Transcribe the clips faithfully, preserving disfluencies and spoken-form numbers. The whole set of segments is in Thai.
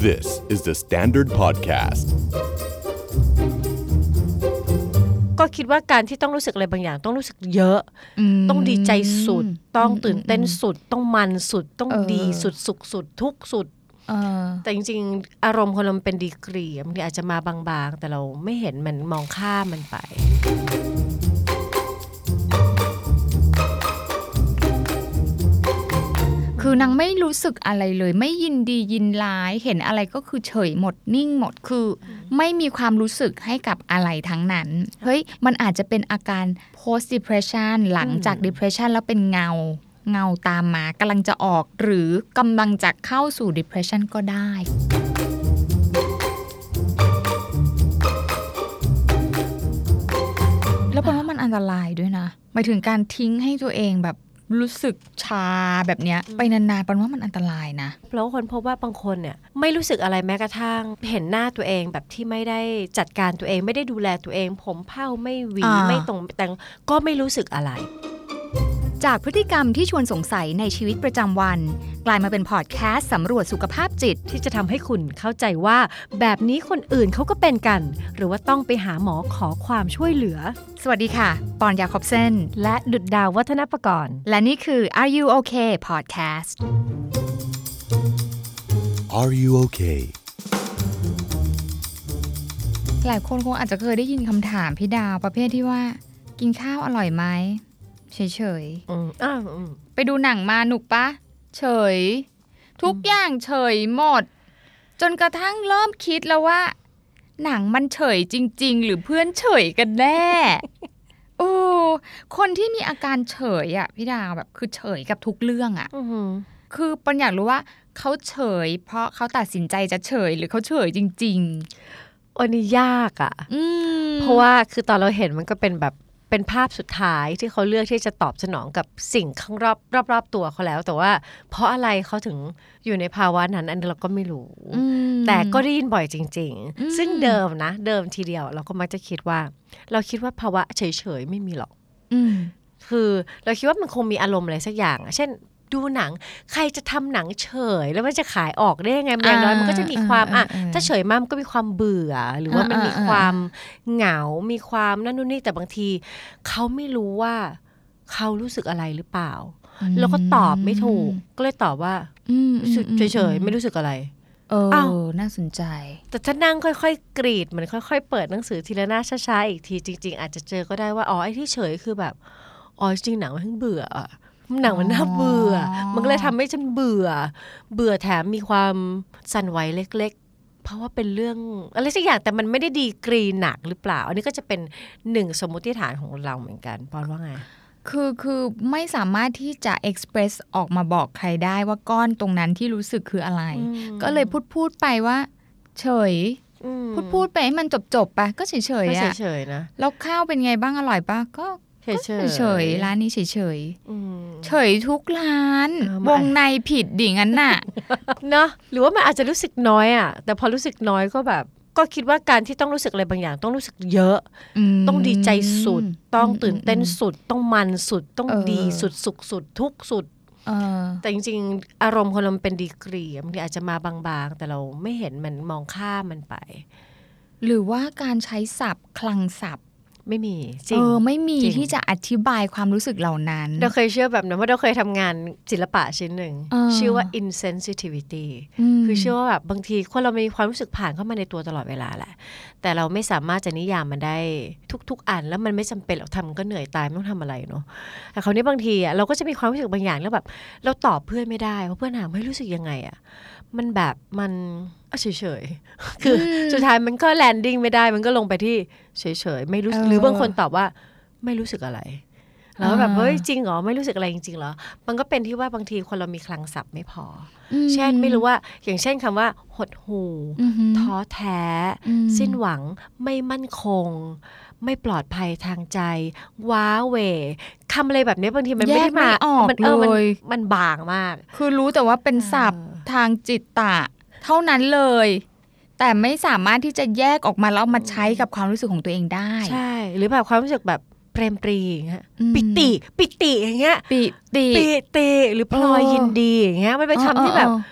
This is the Standard Podcast ก็คิดว่าการที่ต้องรู้สึกอะไรบางอย่างต้องรู้สึกเยอะต้องดีใจสุดต้องตื่นเต้นสุดต้องมันสุดต้องดีสุดสุขสุดทุกสุดแต่จริงๆอารมณ์คนเราเป็นดีกรีบางทีอาจจะมาบางๆแต่เราไม่เห็นมันมองข้ามมันไปคือนางไม่รู้สึกอะไรเลยไม่ยินดียินร้ายเห็นอะไรก็คือเฉยหมดนิ่งหมดคือไม่มีความรู้สึกให้กับอะไรทั้งนั้นเฮ้ยมันอาจจะเป็นอาการ post depression หลังจาก depression แล้วเป็นเงาเงาตามมากำลังจะออกหรือกำลังจะเข้าสู่ depression ก็ได้แล้วเพราะว่ามันอันตรายด้วยนะหมายถึงการทิ้งให้ตัวเองแบบรู้สึกชาแบบเนี้ยไปนานๆปันว่ามันอันตรายนะเพราะคนพบว่าบางคนเนี่ยไม่รู้สึกอะไรแม้กระทั่งเห็นหน้าตัวเองแบบที่ไม่ได้จัดการตัวเองไม่ได้ดูแลตัวเองผมเผ้าไม่หวีไม่ตรงแต่งก็ไม่รู้สึกอะไรจากพฤติกรรมที่ชวนสงสัยในชีวิตประจำวันกลายมาเป็นพอดแคสต์สำรวจสุขภาพจิตที่จะทำให้คุณเข้าใจว่าแบบนี้คนอื่นเขาก็เป็นกันหรือว่าต้องไปหาหมอขอความช่วยเหลือสวัสดีค่ะปอนยาคอบเซนและดุจดาววัฒนประกรณ์และนี่คือ Are You Okay Podcast Are You Okay หลายคนคงอาจจะเคยได้ยินคำถามพี่ดาวประเภทที่ว่ากินข้าวอร่อยไหมเฉยๆไปดูหนังมาหนุกปะเฉยทุกอย่างเฉยหมดจนกระทั่งเริ่มคิดแล้วว่าหนังมันเฉยจริงๆหรือเพื่อนเฉยกันแน่โอ้คนที่มีอาการเฉยอ่ะพี่ดาวแบบคือเฉยกับทุกเรื่องอ่ะคือปัญญารู้ว่าเขาเฉยเพราะเขาตัดสินใจจะเฉยหรือเขาเฉยจริงๆอันนี้ยากอ่ะเพราะว่าคือตอนเราเห็นมันก็เป็นแบบเป็นภาพสุดท้ายที่เขาเลือกที่จะตอบสนองกับสิ่งข้างรอบรอบรอบตัวเขาแล้วแต่ว่าเพราะอะไรเขาถึงอยู่ในภาวะนั้นอันนี้เราก็ไม่รู้แต่ก็ได้ยินบ่อยจริงๆซึ่งเดิมนะเดิมทีเดียวเราก็มักจะคิดว่าเราคิดว่าภาวะเฉยๆไม่มีหรอกคือเราคิดว่ามันคงมีอารมณ์อะไรสักอย่างเช่นดูหนังใครจะทำหนังเฉยแล้วมันจะขายออกได้ยังไงอย่างน้อยมันก็จะมีความอ่ะถ้าเฉยมากมันก็มีความเบื่อหรือว่ามันมีความเหงามีความนั่นนู่นนี่แต่บางทีเขาไม่รู้ว่าเขารู้สึกอะไรหรือเปล่าแล้วก็ตอบไม่ถูกก็เลยตอบว่าเฉยๆไม่รู้สึกอะไรเออน่าสนใจแต่ถ้านั่งค่อยๆกรีดเหมือนค่อยๆเปิดหนังสือทีละหน้าช้าๆอีกทีจริงๆอาจจะเจอก็ได้ว่าอ๋อไอ้ที่เฉยคือแบบอ๋อจริงหนังมันเบื่อหนังมันน่าเบื่อมันก็เลยทำให้ฉันเบื่อเบื่อแถมมีความสั่นไหวเล็กๆเพราะว่าเป็นเรื่องอะไรสักอย่างแต่มันไม่ได้ดีกรีหนักหรือเปล่าอันนี้ก็จะเป็นหนึ่งสมมติฐานของเราเหมือนกันปอนว่าไงคือคือไม่สามารถที่จะ express ออกมาบอกใครได้ว่าก้อนตรงนั้นที่รู้สึกคืออะไรก็เลยพูดพูดไปว่าเฉยพูดพูดไปให้มันจบๆไปก็เฉยๆอ่ะเฉยๆนะแล้วข้าวเป็นไงบ้างอร่อยปะก็เฉยเฉยร้านนี้เฉยเฉยเฉยทุกร้านวงในผิดดิงั้นน่ะเนาะหรือว่ามันอาจจะรู้สึกน้อยอ่ะแต่พอรู้สึกน้อยก็แบบก็คิดว่าการที่ต้องรู้สึกอะไรบางอย่างต้องรู้สึกเยอะต้องดีใจสุดต้องตื่นเต้นสุดต้องมันสุดต้องดีสุดสุขสุดทุกสุดแต่จริงๆอารมณ์คนเราเป็นดีกรีบางทีอาจจะมาบางๆแต่เราไม่เห็นมันมองข้ามมันไปหรือว่าการใช้ศัพท์คลังศัพท์ไม่มีจริงเออไม่มีที่จะอธิบายความรู้สึกเหล่านั้นเราเคยเชื่อแบบนั้นเพราะเราเคยทำงานศิลปะชิ้นหนึ่งชื่อว่า insensitivity คือเชื่อว่าแบบบางทีคนเรามีความรู้สึกผ่านเข้ามาในตัวตลอดเวลาแหละแต่เราไม่สามารถจะนิยามมันได้ทุกๆอันแล้วมันไม่จำเป็นเราทำก็เหนื่อยตายไม่ต้องทำอะไรเนาะแต่คราวนี้บางทีอ่ะเราก็จะมีความรู้สึกบางอย่างแล้วแบบเราตอบเพื่อนไม่ได้เพราะเพื่อนถามไม่รู้สึกยังไงอ่ะมันแบบมันเฉยๆคือสุดท้ายมันก็แลนดิ้งไม่ได้มันก็ลงไปที่เฉยๆไม่รู้หรือบางคนตอบว่าไม่รู้สึกอะไรแล้วแบบเฮ้ยจริงเหรอไม่รู้สึกอะไรจริงๆเหรอมันก็เป็นที่ว่าบางทีคนเรามีคลังศัพท์ไม่พอเช่นไม่รู้ว่าอย่างเช่นคำว่าหดหู่ท้อแท้สิ้นหวังไม่มั่นคงไม่ปลอดภัยทางใจว้าเหวคำอะไรแบบนี้บางทีมันไม่ได้มามันเออมันมันบางมากคือรู้แต่ว่าเป็นศัพท์ทางจิตตะเท่านั้นเลยแต่ไม่สามารถที่จะแยกออกมาแล้วมาใช้กับความรู้สึกของตัวเองได้ใช่หรือแบบความรู้สึกแบบเปรมปรีอย่างเงี้ยปิติปิติอย่างเงี้ยปิติปิติหรือพลอยยินดีอย่างเงี้ยมันเป็นคำที่แบบ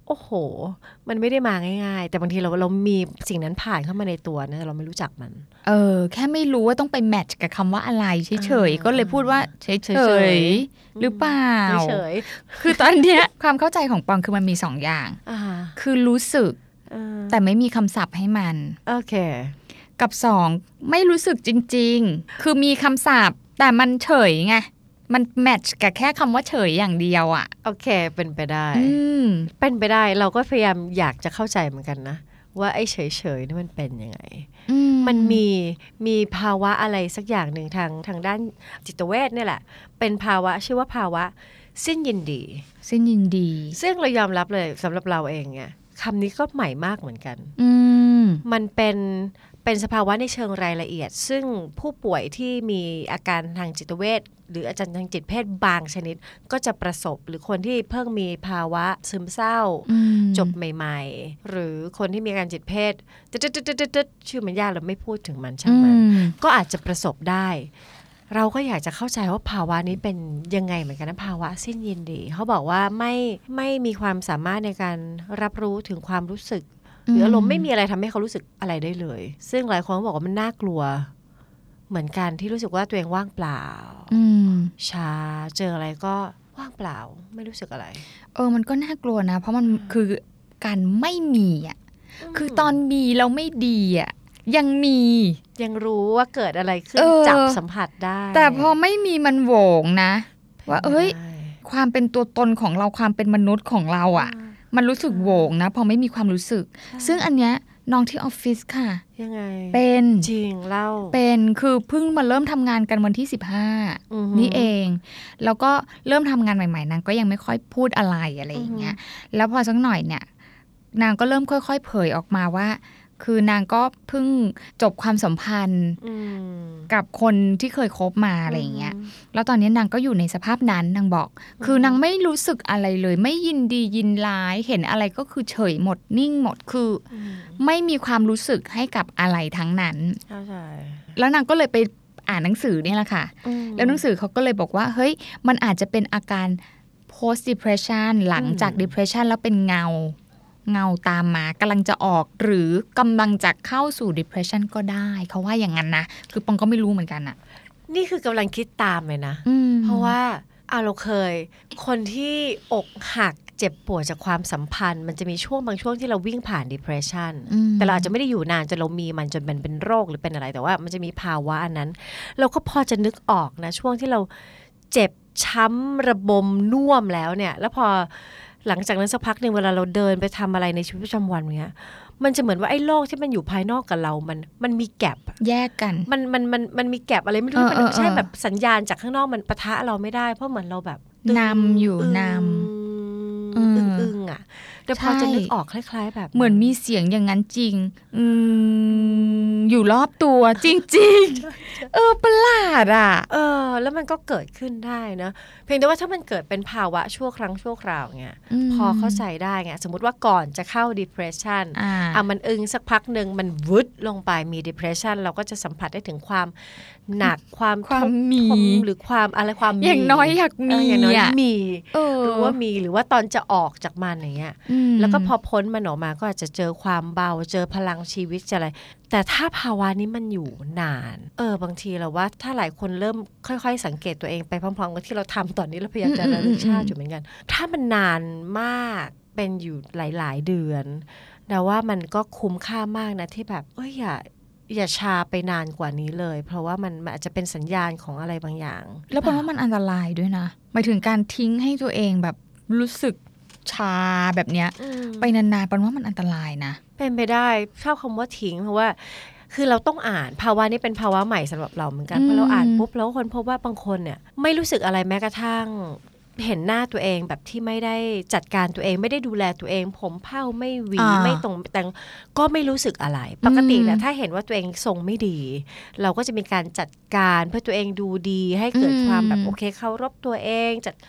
โอ้โหมันไม่ได้มาง่ายๆแต่บางทีเราเรามีสิ่งนั้นผ่านเข้ามาในตัวนะแต่เราไม่รู้จักมันเออแค่ไม่รู้ว่าต้องไปแมทช์กับคำว่าอะไรเฉยๆก็เลยพูดว่าเฉยๆหรือเปล่าเฉยๆคือตอนเนี้ยความเข้าใจของปองคือมันมีสองอย่างคือรู้สึกแต่ไม่มีคำศัพท์ให้มันโอเคกับสองไม่รู้สึกจริงๆคือมีคำศัพท์แต่มันเฉยไงมันแมทช์กับแค่คำว่าเฉยอย่างเดียวอ่ะโอเคเป็นไปได้เป็นไปได้เราก็พยายามอยากจะเข้าใจเหมือนกันนะว่าไอ้เฉยๆนี่มันเป็นยังไงมันมีมีภาวะอะไรสักอย่างหนึ่งทางทางด้านจิตเวชเนี่ยแหละเป็นภาวะชื่อว่าภาวะสิ้นยินดีสิ้นยินดีซึ่งเรายอมรับเลยสำหรับเราเองเนี่ยคำนี้ก็ใหม่มากเหมือนกันมมันเป็นเป็นสภาวะในเชิงรายละเอียดซึ่งผู้ป่วยที่มีอาการทางจิตเวชหรืออาจารย์ทางจิตเภทบางชนิดก็จะประสบหรือคนที่เพิ่งมีภาวะซึมเศร้าจบใหม่ๆหรือคนที่มีอาการจิตเภทตึ๊ดๆๆๆชื่อมันยากเราไม่พูดถึงมันช่างมันก็อาจจะประสบได้เราก็อยากจะเข้าใจว่าภาวะนี้เป็นยังไงเหมือนกันนะภาวะสิ้นยินดีเขาบอกว่าไม่ไม่มีความสามารถในการรับรู้ถึงความรู้สึกหรืออารมณ์ไม่มีอะไรทำให้เขารู้สึกอะไรได้เลยซึ่งหลายคนบอกว่ามันน่ากลัวเหมือนกันที่รู้สึกว่าตัวเองว่างเปล่าชาเจออะไรก็ว่างเปล่าไม่รู้สึกอะไรเออมันก็น่ากลัวนะเพราะมันคือการไม่มีอ่ะคือตอนมีเราไม่ดีอ่ะยังมียังรู้ว่าเกิดอะไรขึ้นจับสัมผัสได้แต่พอไม่มีมันโหวงนะว่าเอ้ยความเป็นตัวตนของเราความเป็นมนุษย์ของเราอ่ะมันรู้สึกโหวงนะพอไม่มีความรู้สึกซึ่งอันเนี้ยน้องที่ออฟฟิศค่ะยังไงเป็นจริงเล่าเป็นคือเพิ่งมาเริ่มทำงานกันวันที่สิบห้านี่เองแล้วก็เริ่มทำงานใหม่ๆนางก็ยังไม่ค่อยพูดอะไรอะไรอย่างเงี้ยแล้วพอสักหน่อยเนี่ยนางก็เริ่มค่อยๆเผยออกมาว่าคือนางก็เพิ่งจบความสัมพันธ์กับคนที่เคยคบมาอะไรอย่างเงี้ยแล้วตอนนี้นางก็อยู่ในสภาพนั้นนางบอกคือนางไม่รู้สึกอะไรเลยไม่ยินดียินร้ายเห็นอะไรก็คือเฉยหมดนิ่งหมดคือไม่มีความรู้สึกให้กับอะไรทั้งนั้นแล้วนางก็เลยไปอ่านหนังสือเนี่ยแหละค่ะแล้วหนังสือเขาก็เลยบอกว่าเฮ้ยมันอาจจะเป็นอาการ post depression หลังจาก depression แล้วเป็นเงาเงาตามมากำลังจะออกหรือกำลังจะเข้าสู่ depression ก็ได้เขาว่าอย่างนั้นนะคือปองก็ไม่รู้เหมือนกันอะนี่คือกำลังคิดตามเลยนะเพราะว่าเอาเราเคยคนที่อกหักเจ็บปวดจากความสัมพันธ์มันจะมีช่วงบางช่วงที่เราวิ่งผ่าน depression แต่เราอาจจะไม่ได้อยู่นานจนเรามีมันจนเป็นเป็นโรคหรือเป็นอะไรแต่ว่ามันจะมีภาวะอันนั้นเราก็พอจะนึกออกนะช่วงที่เราเจ็บช้ำระบมน่วมแล้วเนี่ยแล้วพอหลังจากนั้นสักพักหนึ่งเวลาเราเดินไปทำอะไรในชีวิตประจำวันเนี้ยมันจะเหมือนว่าไอ้โลกที่มันอยู่ภายนอกกับเรามันมันมีแกปแยกกันมันมันมันมันมีแกปอะไรไม่รู้มันไม่ใช่แบบสัญญาณจากข้างนอกมันปะทะเราไม่ได้เพราะเหมือนเราแบบนำอยู่นำอึ้งๆอ่ะแต่พอจะนึกออกคล้ายๆแบบเหมือนมีเสียงอย่างนั้นจริงอืมอยู่รอบตัวจริงๆเออประหลาดอ่ะเออแล้วมันก็เกิดขึ้นได้นะเพียงแต่ว่าถ้ามันเกิดเป็นภาวะชั่วครั้งชั่วคราวเงี้ยพอเข้าใจได้ไงสมมติว่าก่อนจะเข้า depression อ่ะมันอึ้งสักพักนึงมันวึดลงไปมี depression เราก็จะสัมผัสได้ถึงความหนักความความมีหรือความอะไรความมีอย่างน้อยอยากมีอย่างน้อยมีหรือว่ามีหรือว่าตอนจะออกจากมันอย่างเงี้ยแล้วก็พอพ้นมันออกมาก็อาจจะเจอความเบาเจอพลังชีวิตจะอะไรแต่ถ้าภาวะนี้มันอยู่นานเออบางทีเราว่าถ้าหลายคนเริ่มค่อยๆสังเกตตัวเองไปพร้อมๆกับที่เราทำตอนนี้เราพยายามจะระลึกชาติอยู่เหมือนกันถ้ามันนานมากเป็นอยู่หลายๆเดือนแต่ว่ามันก็คุ้มค่ามากนะที่แบบเอ้ยอย่าอย่าชาไปนานกว่านี้เลยเพราะว่ามันอาจจะเป็นสัญญาณของอะไรบางอย่างแล้วเพราะว่ามันอันตรายด้วยนะหมายถึงการทิ้งให้ตัวเองแบบรู้สึกชาแบบเนี้ยไปนานๆแปลว่ามันอันตรายนะเป็นไปได้ชอบคำว่าทิ้งเพราะว่าคือเราต้องอ่านภาวะนี้เป็นภาวะใหม่สำหรับเราเหมือนกันพอเราอ่านปุ๊บแล้วคนพบว่าบางคนเนี่ยไม่รู้สึกอะไรแม้กระทั่งเห็นหน้าตัวเองแบบที่ไม่ได้จัดการตัวเองไม่ได้ดูแลตัวเองผมเผ้าไม่หวีไม่ตรงแต่งก็ไม่รู้สึกอะไรปกติแล้วถ้าเห็นว่าตัวเองทรงไม่ดีเราก็จะมีการจัดการเพื่อตัวเองดูดีให้เกิดความแบบโอเคเคารพตัวเองจัด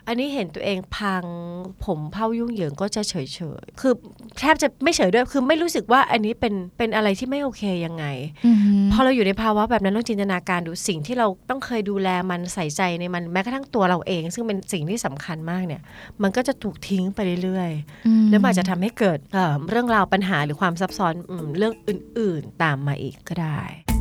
อันนี้เห็นตัวเองพังผมเผ้ายุ่งเหยิงก็จะเฉยๆคือแทบจะไม่เฉยด้วยคือไม่รู้สึกว่าอันนี้เป็นเป็นอะไรที่ไม่โอเคยังไงพอเราอยู่ในภาวะแบบนั้นต้องจินตนาการดูสิ่งที่เราต้องเคยดูแลมันใส่ใจในมันแม้กระทั่งตัวเราเองซึ่งเป็นสิ่งที่สำคัญมากเนี่ยมันก็จะถูกทิ้งไปเรื่อยๆแล้วมันอาจจะทำให้เกิด เอ่อ เรื่องราวปัญหาหรือความซับซ้อนเรื่องอื่นๆตามมาอีกก็ได้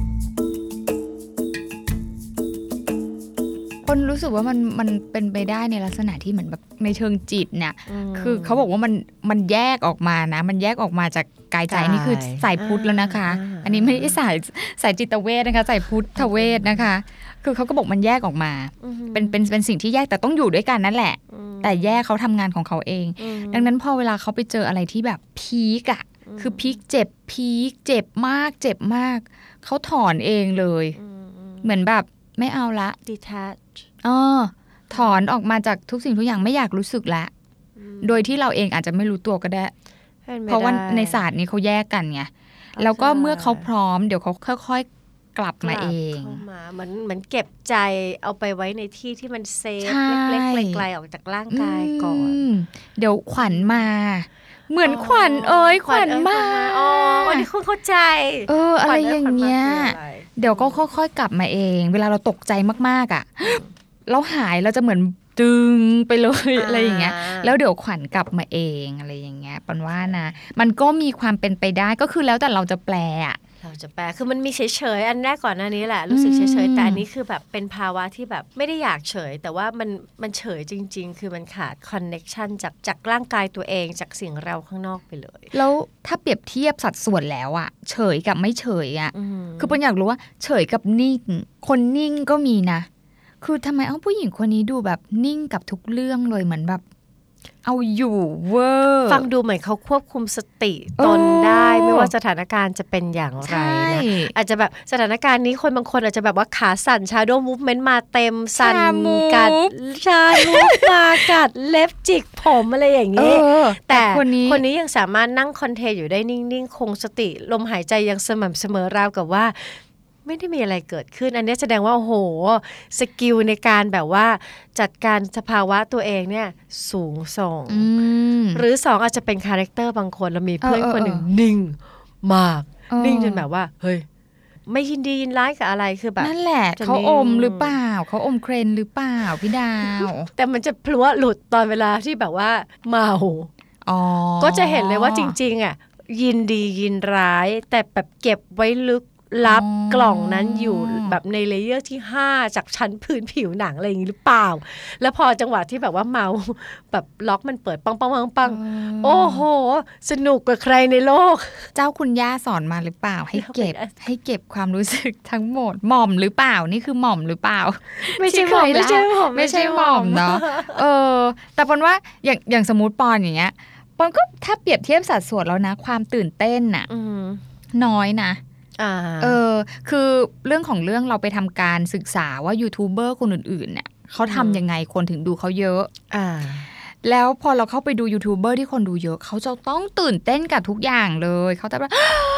คนรู้สึกว่ามันมันเป็นไปได้ในลักษณะที่เหมือนแบบในเชิงจิตเนี่ยคือเขาบอกว่ามันมันแยกออกมานะมันแยกออกมาจากกายใจนี่คือสายพุทธแล้วนะคะอันนี้ไม่ได้สายสายจิตเวชนะคะสายพุทธเวชนะคะคือเขาก็บอกมันแยกออกมาเป็นเป็นเป็นสิ่งที่แยกแต่ต้องอยู่ด้วยกันนั่นแหละแต่แยกเขาทำงานของเขาเองดังนั้นพอเวลาเขาไปเจออะไรที่แบบพีคอะคือพีคเจ็บพีคเจ็บมากเจ็บมากเขาถอนเองเลยเหมือนแบบไม่เอาละ detach อ๋อถอนออกมาจากทุกสิ่งทุกอย่างไม่อยากรู้สึกละโดยที่เราเองอาจจะไม่รู้ตัวก็ได้เพราะว่าในศาสตร์นี้เขาแยกกันไงแล้วก็เมื่อเขาพร้อมเดี๋ยวเขาค่อยๆกลับมาเองเข้ามาเหมือนเหมือนเก็บใจเอาไปไว้ในที่ที่มันเซฟเล็กๆไกลๆออกจากร่างกายก่อนเดี๋ยวขวัญมาเหมือนขวัญเอ้ยขวัญมาอ๋อวันนี้คุณเข้าใจเอออะไรอย่างเงี้ยเดี๋ยวก็ค่อยๆกลับมาเองเวลาเราตกใจมากๆอ่ะเราหายเราจะเหมือนดึงไปเลยอะไรอย่างเงี้ยแล้วเดี๋ยวขวัญกลับมาเองอะไรอย่างเงี้ยปันว่านะมันก็มีความเป็นไปได้ก็คือแล้วแต่เราจะแปลอ่ะเราจะแปลคือมันมีเฉยๆอันแรกก่อนหน้านี้แหละรู้สึกเฉยๆแต่อันนี้คือแบบเป็นภาวะที่แบบไม่ได้อยากเฉยแต่ว่ามันมันเฉยจริงๆคือมันขาดคอนเนคชั่นจากจากร่างกายตัวเองจากสิ่งเราข้างนอกไปเลยแล้วถ้าเปรียบเทียบสัดส่วนแล้วอะเฉยกับไม่เฉยอะคือปันอยากรู้ว่าเฉยกับนิ่งคนนิ่งก็มีนะคือทำไมเอ้าผู้หญิงคนนี้ดูแบบนิ่งกับทุกเรื่องเลยเหมือนแบบเอาอยู่เวอร์ฟังดูเหมือนเขาควบคุมสติตนได้ไม่ว่าสถานการณ์จะเป็นอย่างไรนะอาจจะแบบสถานการณ์นี้คนบางคนอาจจะแบบว่าขาสั่น shadow movement มาเต็มสั่นกัดชาลูกมากัดเล็บจิกผมอะไรอย่างนี้แต่คนนี้คนนี้ยังสามารถนั่งคอนเทนต์อยู่ได้นิ่งๆคงสติลมหายใจยังสม่ำเสมอราวกับว่าไม่ได้มีอะไรเกิดขึ้นอันนี้แสดงว่าโอ้โหสกิลในการแบบว่าจัดการสภาวะตัวเองเนี่ยสูงส่งหรือสองอาจจะเป็นคาแรคเตอร์บางคนเรามีเพื่อนคนหนึ่งนิ่งมากนิ่งจนแบบว่าเฮ้ยไม่ยินดียินร้ายกับอะไรคือแบบนั่นแหละเขาอมหรือเปล่าเขาอมเครนหรือเปล่าพี่ดาวแต่มันจะพลัวหลุดตอนเวลาที่แบบว่าเมาก็จะเห็นเลยว่าจริงๆอ่ะยินดียินร้ายแต่แบบเก็บไว้ลึกรับกล่องนั้นอยู่แบบในเลเยอร์ที่ห้าจากชั้นพื้นผิวหนังอะไรอย่างนี้หรือเปล่าแล้วพอจังหวะที่แบบว่าเมาแบบล็อกมันเปิดปังปังปังปังโอ้โหสนุกกว่าใครในโลกเจ้าคุณย่าสอนมาหรือเปล่าให้เก็บให้เก็บความรู้สึกทั้งหมดหม่อมหรือเปล่านี่คือหม่อมหรือเปล่าไม่ใช่หม่อมไม่ใช่หม่อมไม่ใช่หม่อมเนาะเออแต่ปอนว่าอย่างอย่างสมมุติปอนอย่างเงี้ยปอนก็ถ้าเปรียบเทียบสัดส่วนแล้วนะความตื่นเต้นน่ะน้อยนะเออคือเรื่องของเรื่องเราไปทำการศึกษาว่ายูทูบเบอร์คนอื่นๆเนี่ยเขาทำยังไงคนถึงดูเขาเยอะอ่าแล้วพอเราเข้าไปดูยูทูบเบอร์ที่คนดูเยอะเขาจะต้องตื่นเต้นกับทุกอย่างเลยเขาจะแบบ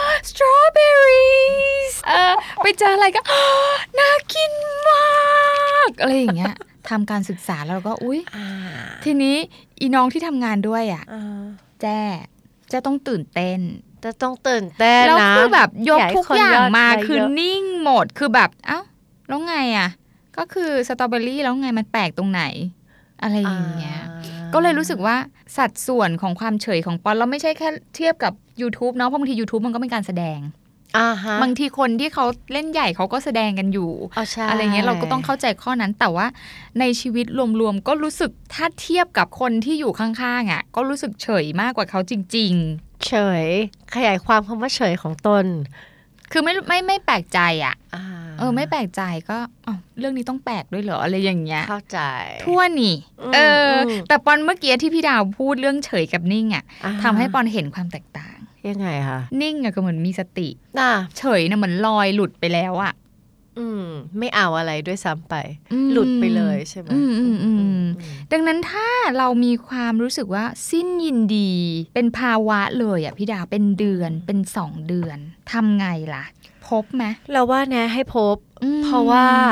strawberries เออไปเจออะไรก็น่ากินมากอะไรอย่างเงี้ยทำการศึกษาแล้วก็อุ๊ยทีนี้อีน้องที่ทำงานด้วยอ่ะแจ้แจ้ต้องตื่นเต้นจะต้องตื่นเต้นนะแล้วคือแบบยกทุกอย่างมาคือนิ่งหมดคือแบบเอ้าแล้วไงอ่ะก็คือสตรอเบอรี่แล้วไงมันแปลกตรงไหนอะไรอย่างเงี้ยก็เลยรู้สึกว่าสัดส่วนของความเฉยของปอนเราไม่ใช่แค่เทียบกับ YouTube เนาะเพราะบางที YouTube มันก็เป็นการแสดงบางทีคนที่เขาเล่นใหญ่เขาก็แสดงกันอยู่ อะไรเงี้ยเราก็ต้องเข้าใจข้อนั้นแต่ว่าในชีวิตรวมๆก็รู้สึกถ้าเทียบกับคนที่อยู่ข้างๆอ่ะก็รู้สึกเฉยมากกว่าเขาจริงๆเฉยขยายความคำว่าเฉยของตนคือไม่ไม่ไม่แปลกใจอ่ะเออไม่แปลกใจก็อ๋อเรื่องนี้ต้องแปลกด้วยเหรออะไรอย่างเงี้ยเข้าใจทั่วนี่เออแต่ปอนเมื่อกี้ที่พี่ดาวพูดเรื่องเฉยกับนิ่งอ่ะทำให้ปอนเห็นความแตกต่างยังไงคะนิ่งอะก็เหมือนมีสติเฉยนะเหมือนลอยหลุดไปแล้วอะอืมไม่เอาอะไรด้วยซ้ำไปหลุดไปเลยใช่ไหมดังนั้นถ้าเรามีความรู้สึกว่าสิ้นยินดีเป็นภาวะเลยอะพี่ดาวเป็นเดือนเป็นสองเดือนทำไงล่ะพบไหมเราว่านะให้พบเพราะว่าพ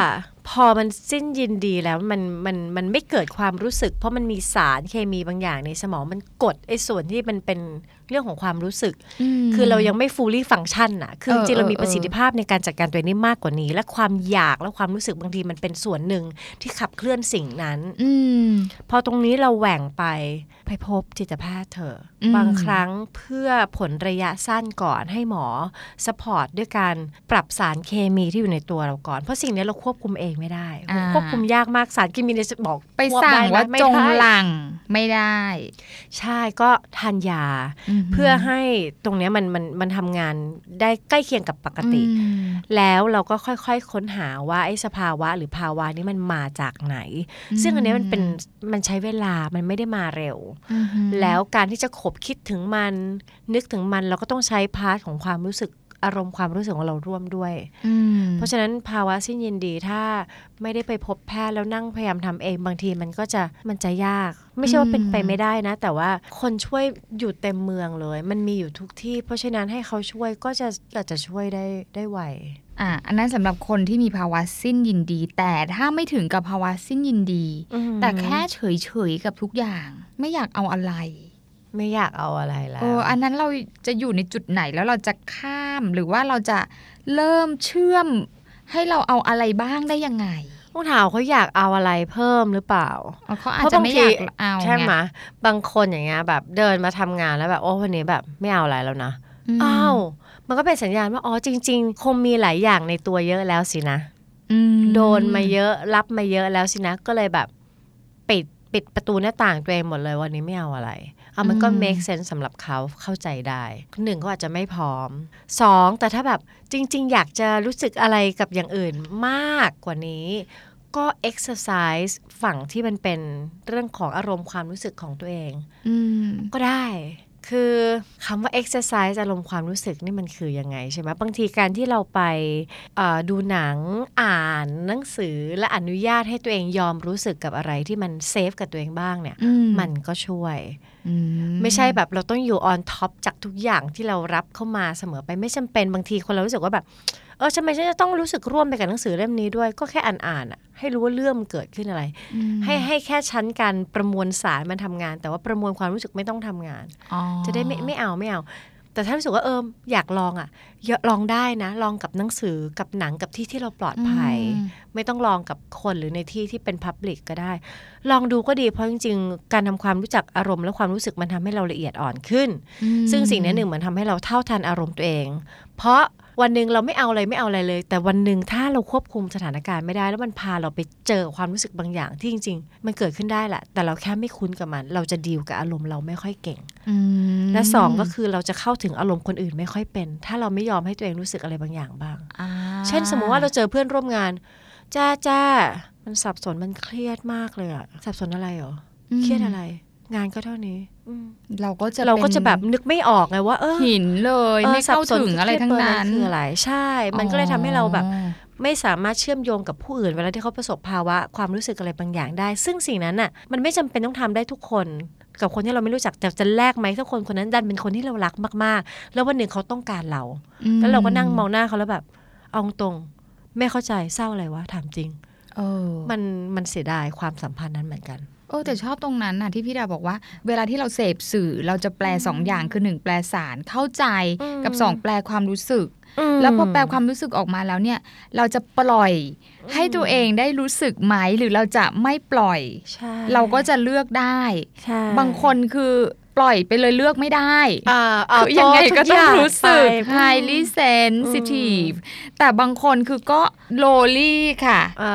พอมันสิ้นยินดีแล้วมันมันมันไม่เกิดความรู้สึกเพราะมันมีสารเคมีบางอย่างในสมองมันกดไอ้ส่วนที่มันเป็นเรื่องของความรู้สึกคือเรายังไม่ fully function น่ะคือจริงๆเรามีประสิทธิภาพในการจัดการตัวเองได้มากกว่านี้และความอยากและความรู้สึกบางทีมันเป็นส่วนหนึ่งที่ขับเคลื่อนสิ่งนั้นพอตรงนี้เราแหว่งไปไปพบจิตแพทย์เถอะบางครั้งเพื่อผลระยะสั้นก่อนให้หมอซัพพอร์ตด้วยการปรับสารเคมีที่อยู่ในตัวเราก่อนเพราะสิ่งนี้เราควบคุมเองไม่ได้ควบคุมยากมากสารเคมีเนี่ยจะบอกไปสั่งว่าจงหลั่งไม่ได้ใช่ก็ทานยาเพื่อให้ตรงนี้มันมันมันทำงานได้ใกล้เคียงกับปกติแล้วเราก็ค่อยๆ ค, ค้นหาว่าไอ้สภาวะหรือภาวะนี้มันมาจากไหนซึ่งอันนี้มันเป็นมันใช้เวลามันไม่ได้มาเร็วแล้วการที่จะขบคิดถึงมันนึกถึงมันเราก็ต้องใช้พาร์ทของความรู้สึกอารมณ์ความรู้สึกของเราร่วมด้วยเพราะฉะนั้นภาวะสิ้นยินดีถ้าไม่ได้ไปพบแพทย์แล้วนั่งพยายามทำเองบางทีมันก็จะมันจะยากไม่ใช่ว่าเป็นไปไม่ได้นะแต่ว่าคนช่วยอยู่เต็มเมืองเลยมันมีอยู่ทุกที่เพราะฉะนั้นให้เขาช่วยก็จะอาจจะช่วยได้ได้ไวอ่ะอันนั้นสำหรับคนที่มีภาวะสิ้นยินดีแต่ถ้าไม่ถึงกับภาวะสิ้นยินดีแต่แค่เฉยๆกับทุกอย่างไม่อยากเอาอะไรไม่อยากเอาอะไรแล้วเอออันนั้นเราจะอยู่ในจุดไหนแล้วเราจะข้ามหรือว่าเราจะเริ่มเชื่อมให้เราเอาอะไรบ้างได้ยังไงต้องถามเขาอยากเอาอะไรเพิ่มหรือเปล่าเขาอาจจะไม่อยากเอาใช่ไหมบางคนอย่างเงี้ยแบบเดินมาทำงานแล้วแบบโอ้วันนี้แบบไม่เอาอะไรแล้วนะอ้าวมันก็เป็นสัญญาณว่าอ๋อจริงๆคงมีหลายอย่างในตัวเยอะแล้วสินะโดนมาเยอะรับมาเยอะแล้วสินะก็เลยแบบปิดปิดประตูหน้าต่างตัวเองหมดเลยวันนี้ไม่เอาอะไรเอามันก็ make sense สำหรับเขาเข้าใจได้หนึ่งเขาอาจจะไม่พร้อมสองแต่ถ้าแบบจริงๆอยากจะรู้สึกอะไรกับอย่างอื่นมากกว่านี้ก็ exercise ฝั่งที่มันเป็นเรื่องของอารมณ์ความรู้สึกของตัวเองก็ได้คือคำว่า exercise อารมณ์ความรู้สึกนี่มันคือยังไงใช่ไหมบางทีการที่เราไปดูหนังอ่านหนังสือและอนุญาตให้ตัวเองยอมรู้สึกกับอะไรที่มันเซฟกับตัวเองบ้างเนี่ยมันก็ช่วยไม่ใช่แบบเราต้องอยู่ on top จากทุกอย่างที่เรารับเข้ามาเสมอไปไม่จำเป็นบางทีคนเรารู้สึกว่าแบบเออทำไมฉันจะต้องรู้สึกร่วมไปกับหนังสือเล่มนี้ด้วยก็แค่อ่านๆอ่ะให้รู้ว่าเรื่องมันเกิดขึ้นอะไรให้ให้แค่ชั้นการประมวลสารมันทำงานแต่ว่าประมวลความรู้สึกไม่ต้องทำงานจะได้ไม่ไม่เอาไม่เอาแต่ถ้ารู้สึกว่าเอออยากลองอ่ะลองได้นะลองกับหนังสือกับหนังกับที่ที่เราปลอดภัยไม่ต้องลองกับคนหรือในที่ที่เป็น public ก็ได้ลองดูก็ดีเพราะจริงๆการทำความรู้จักอารมณ์และความรู้สึกมันทำให้เราละเอียดอ่อนขึ้นซึ่งสิ่งนี้หนึ่งเหมือนทำให้เราเท่าทันอารมณ์ตัวเองเพราะวันหนึ่งเราไม่เอาอะไรไม่เอาอะไรเลยแต่วันหนึ่งถ้าเราควบคุมสถานการณ์ไม่ได้แล้วมันพาเราไปเจอความรู้สึกบางอย่างที่จริงๆมันเกิดขึ้นได้แหละแต่เราแค่ไม่คุ้นกับมันเราจะดีลกับอารมณ์เราไม่ค่อยเก่งและสองก็คือเราจะเข้าถึงอารมณ์คนอื่นไม่ค่อยเป็นถ้าเราไม่ยอมให้ตัวเองรู้สึกอะไรบางอย่างบ้างเช่นสมมติว่าเราเจอเพื่อนร่วมงานจ้าจ้ามันสับสนมันเครียดมากเลยอะสับสนอะไรหรอเครียดอะไรงานก็เท่านี้เราก็จะเราก็จะแบบนึกไม่ออกไงว่าเออหินเลยไม่เข้าถึงอะไรทั้งนั้นคืออะไรใช่มันก็เลยทำให้เราแบบไม่สามารถเชื่อมโยงกับผู้อื่นเวลาที่เขาประสบภาวะความรู้สึกอะไรบางอย่างได้ซึ่งสิ่งนั้นน่ะมันไม่จำเป็นต้องทำได้ทุกคนกับคนที่เราไม่รู้จักแต่จะแลกไหมถ้าคนคนนั้นดันเป็นคนที่เรารักมากๆแล้ววันหนึ่งเขาต้องการเราแล้วเราก็นั่งมองหน้าเขาแล้วแบบเอาตรงไม่เข้าใจเศร้าอะไรวะถามจริงเออมันมันเสียดายความสัมพันธ์นั้นเหมือนกันเออแต่ชอบตรงนั้นน่ะที่พี่ดาบอกว่าเวลาที่เราเสพสื่อเราจะแปลสองอย่างคือหนึ่งแปลสารเข้าใจกับสองแปลความรู้สึกแล้วพอแปลความรู้สึกออกมาแล้วเนี่ยเราจะปล่อยให้ตัวเองได้รู้สึกไหมหรือเราจะไม่ปล่อยเราก็จะเลือกได้บางคนคือปล่อยไปเลยเลือกไม่ได้คือยังไงก็ต้องรู้สึก highly sensitive แต่บางคนคือก็ lowly ค่ะ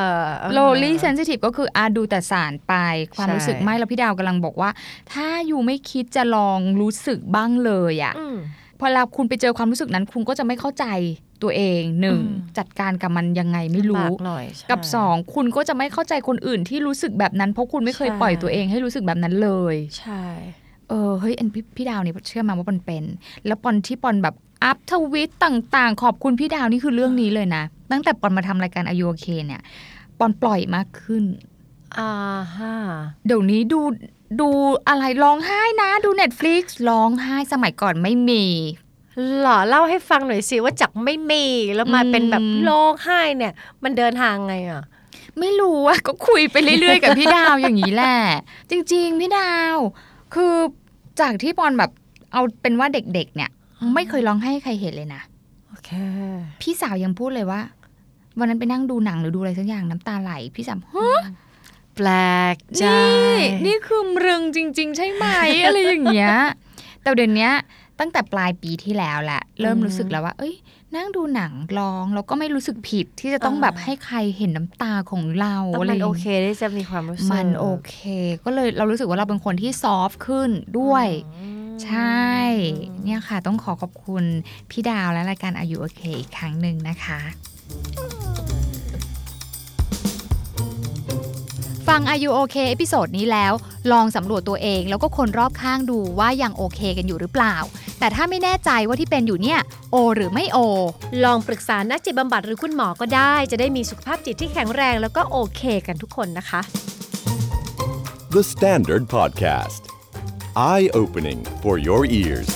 lowly sensitive ก็คืออาดูแต่สารไปความรู้สึกไม่แล้วพี่ดาวกำลังบอกว่าถ้าอยู่ไม่คิดจะลองรู้สึกบ้างเลยอ่ะพอเราคุณไปเจอความรู้สึกนั้นคุณก็จะไม่เข้าใจตัวเองหนึ่งจัดการกับมันยังไงไม่รู้กับสองคุณก็จะไม่เข้าใจคนอื่นที่รู้สึกแบบนั้นเพราะคุณไม่เคยปล่อยตัวเองให้รู้สึกแบบนั้นเลยใช่เออเฮ้ยเอ็นพี่พี่ดาวนี่เชื่อมาว่าปอนเป็นแล้วปอนที่ปอนแบบอัพทวิตต่างๆขอบคุณพี่ดาวนี่คือเรื่องนี้เลยนะตั้งแต่ปอนมาทำรายการอายุโอเคเนี่ยปอนปล่อยมากขึ้นอ่าฮะเดี๋ยวนี้ดูดูอะไรร้องไห้นะดู Netflix ร้องไห้สมัยก่อนไม่มีหรอเล่าให้ฟังหน่อยสิว่าจากไม่มีแล้วมาเป็นแบบร้องไห้เนี่ยมันเดินทางไงอ่ะไม่รู้อะก็คุยไปเรื่อยๆกับพี่ดาวอย่างนี้แหละจริงๆพี่ดาวคือจากที่ปอนแบบเอาเป็นว่าเด็กๆเนี่ยไม่เคยร้องไห้ให้ใครเห็นเลยนะโอเคพี่สาวยังพูดเลยว่าวันนั้นไปนั่งดูหนังหรือดูอะไรสักอย่างน้ำตาไหลพี่สาวฮะแปลกใจนี่นี่คือรึงจริงๆใช่ไหม อะไรอย่างเงี้ยแต่เดี๋ยวนี้ตั้งแต่ปลายปีที่แล้วแหละเริ่มรู้สึกแล้วว่าเอ้ยนั่งดูหนังร้องแล้วก็ไม่รู้สึกผิดที่จะต้องแบบให้ใครเห็นน้ำตาของเราอะไรมันโอเคที่จะมีความรู้สึกมันโอเคก็เลยเรารู้สึกว่าเราเป็นคนที่ซอฟต์ขึ้นด้วยใช่เนี่ยค่ะต้องขอขอบคุณพี่ดาวและรายการ Are You Okay อีกครั้งหนึ่งนะคะฟัง Are You Okay เอพิโซดนี้แล้วลองสำรวจตัวเองแล้วก็คนรอบข้างดูว่ายังโอเคกันอยู่หรือเปล่าแต่ถ้าไม่แน่ใจว่าที่เป็นอยู่เนี่ยโอหรือไม่โอลองปรึกษานักจิตบำบัดหรือคุณหมอก็ได้จะได้มีสุขภาพจิตที่แข็งแรงแล้วก็โอเคกันทุกคนนะคะ The Standard Podcast Eye Opening for Your Ears